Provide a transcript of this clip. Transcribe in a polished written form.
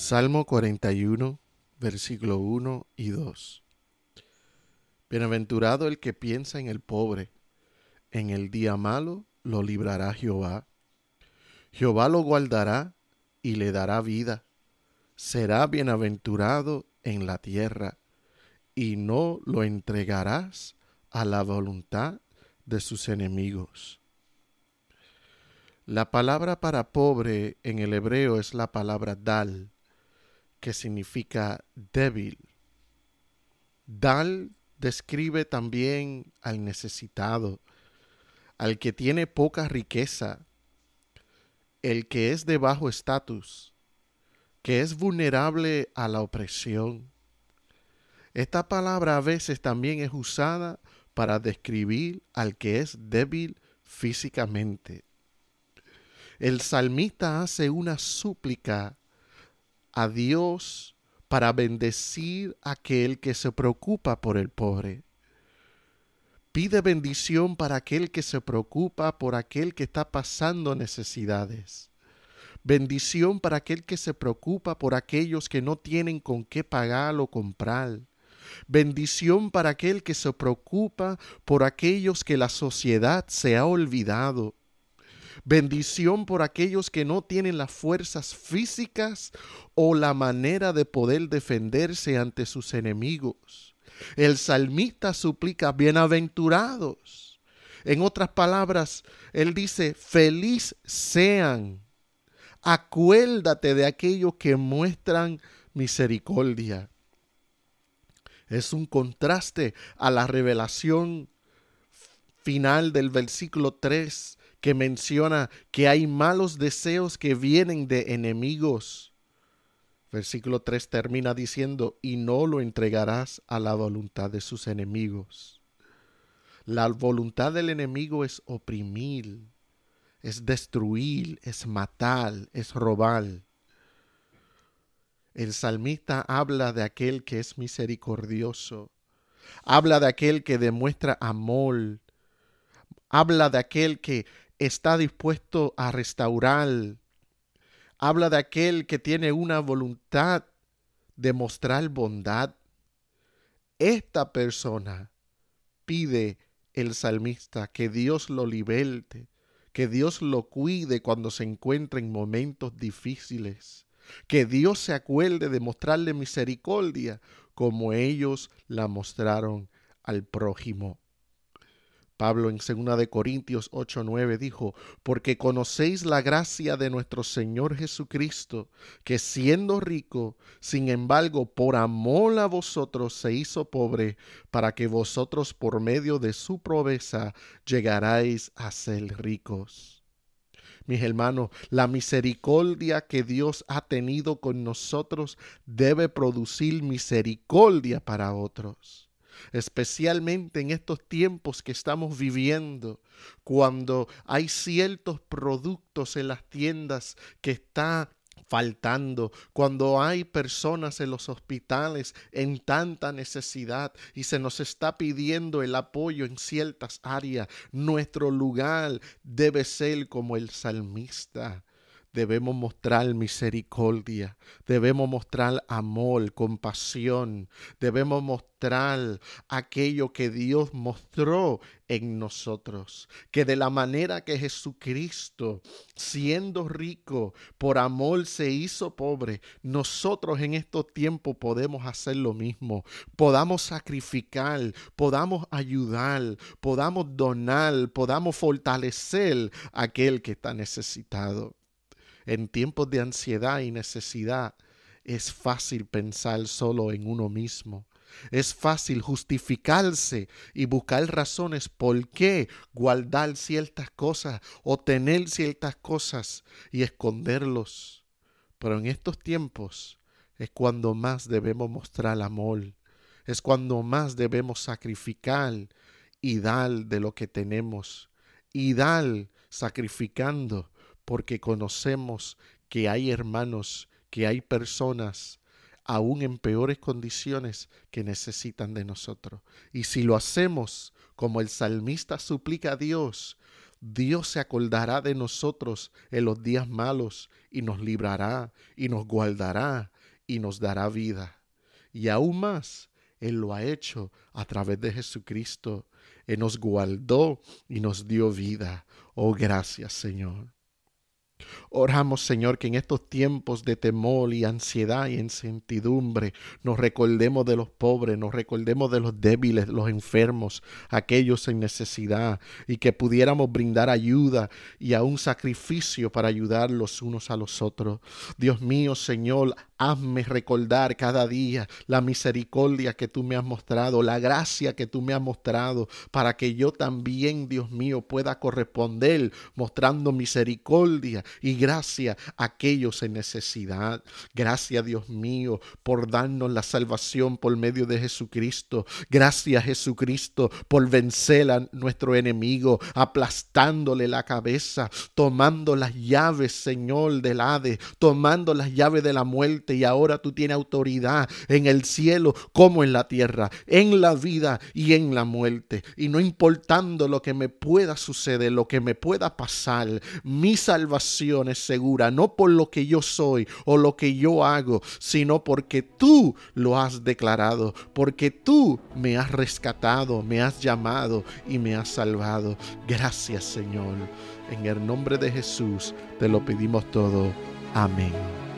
Salmo 41, versículo 1 y 2. Bienaventurado el que piensa en el pobre, en el día malo lo librará Jehová. Jehová lo guardará y le dará vida. Será bienaventurado en la tierra, y no lo entregarás a la voluntad de sus enemigos. La palabra para pobre en el hebreo es la palabra dal, que significa débil. Dal describe también al necesitado, al que tiene poca riqueza, el que es de bajo estatus, que es vulnerable a la opresión. Esta palabra a veces también es usada para describir al que es débil físicamente. El salmista hace una súplica a Dios para bendecir a aquel que se preocupa por el pobre. Pide bendición para aquel que se preocupa por aquel que está pasando necesidades. Bendición para aquel que se preocupa por aquellos que no tienen con qué pagar o comprar. Bendición para aquel que se preocupa por aquellos que la sociedad se ha olvidado. Bendición por aquellos que no tienen las fuerzas físicas o la manera de poder defenderse ante sus enemigos. El salmista suplica bienaventurados. En otras palabras, él dice, feliz sean. Acuérdate de aquellos que muestran misericordia. Es un contraste a la revelación final del versículo 3 que menciona que hay malos deseos que vienen de enemigos. Versículo 3 termina diciendo, y no lo entregarás a la voluntad de sus enemigos. La voluntad del enemigo es oprimir, es destruir, es matar, es robar. El salmista habla de aquel que es misericordioso, habla de aquel que demuestra amor, habla de aquel que está dispuesto a restaurar, habla de aquel que tiene una voluntad de mostrar bondad. Esta persona pide el salmista que Dios lo liberte, que Dios lo cuide cuando se encuentre en momentos difíciles, que Dios se acuerde de mostrarle misericordia como ellos la mostraron al prójimo. Pablo en 2 de Corintios 8:9 dijo, porque conocéis la gracia de nuestro Señor Jesucristo, que siendo rico, sin embargo, por amor a vosotros se hizo pobre, para que vosotros por medio de su pobreza llegarais a ser ricos. Mis hermanos, la misericordia que Dios ha tenido con nosotros debe producir misericordia para otros. Especialmente en estos tiempos que estamos viviendo, cuando hay ciertos productos en las tiendas que están faltando, cuando hay personas en los hospitales en tanta necesidad y se nos está pidiendo el apoyo en ciertas áreas, nuestro lugar debe ser como el salmista. Debemos mostrar misericordia, debemos mostrar amor, compasión, debemos mostrar aquello que Dios mostró en nosotros, que de la manera que Jesucristo, siendo rico, por amor se hizo pobre, nosotros en estos tiempos podemos hacer lo mismo, podamos sacrificar, podamos ayudar, podamos donar, podamos fortalecer a aquel que está necesitado. En tiempos de ansiedad y necesidad es fácil pensar solo en uno mismo. Es fácil justificarse y buscar razones por qué guardar ciertas cosas o tener ciertas cosas y esconderlos. Pero en estos tiempos es cuando más debemos mostrar amor. Es cuando más debemos sacrificar y dar de lo que tenemos. Y dar sacrificando porque conocemos que hay hermanos, que hay personas aún en peores condiciones que necesitan de nosotros. Y si lo hacemos como el salmista suplica a Dios, Dios se acordará de nosotros en los días malos y nos librará y nos guardará y nos dará vida. Y aún más, Él lo ha hecho a través de Jesucristo. Él nos guardó y nos dio vida. Oh, gracias, Señor. Oramos, Señor, que en estos tiempos de temor y ansiedad y incertidumbre nos recordemos de los pobres, nos recordemos de los débiles, los enfermos, aquellos en necesidad, y que pudiéramos brindar ayuda y aún sacrificio para ayudar los unos a los otros. Dios mío, Señor, hazme recordar cada día la misericordia que tú me has mostrado, la gracia que tú me has mostrado, para que yo también, Dios mío, pueda corresponder mostrando misericordia y gracia a aquellos en necesidad. Gracias, Dios mío, por darnos la salvación por medio de Jesucristo. Gracias, Jesucristo, por vencer a nuestro enemigo, aplastándole la cabeza, tomando las llaves, Señor, del Hades, tomando las llaves de la muerte. Y ahora tú tienes autoridad en el cielo como en la tierra, en la vida y en la muerte. Y no importando lo que me pueda suceder, lo que me pueda pasar, mi salvación es segura, no por lo que yo soy o lo que yo hago, sino porque tú lo has declarado, porque tú me has rescatado, me has llamado y me has salvado. Gracias, Señor. En el nombre de Jesús te lo pedimos todo. Amén.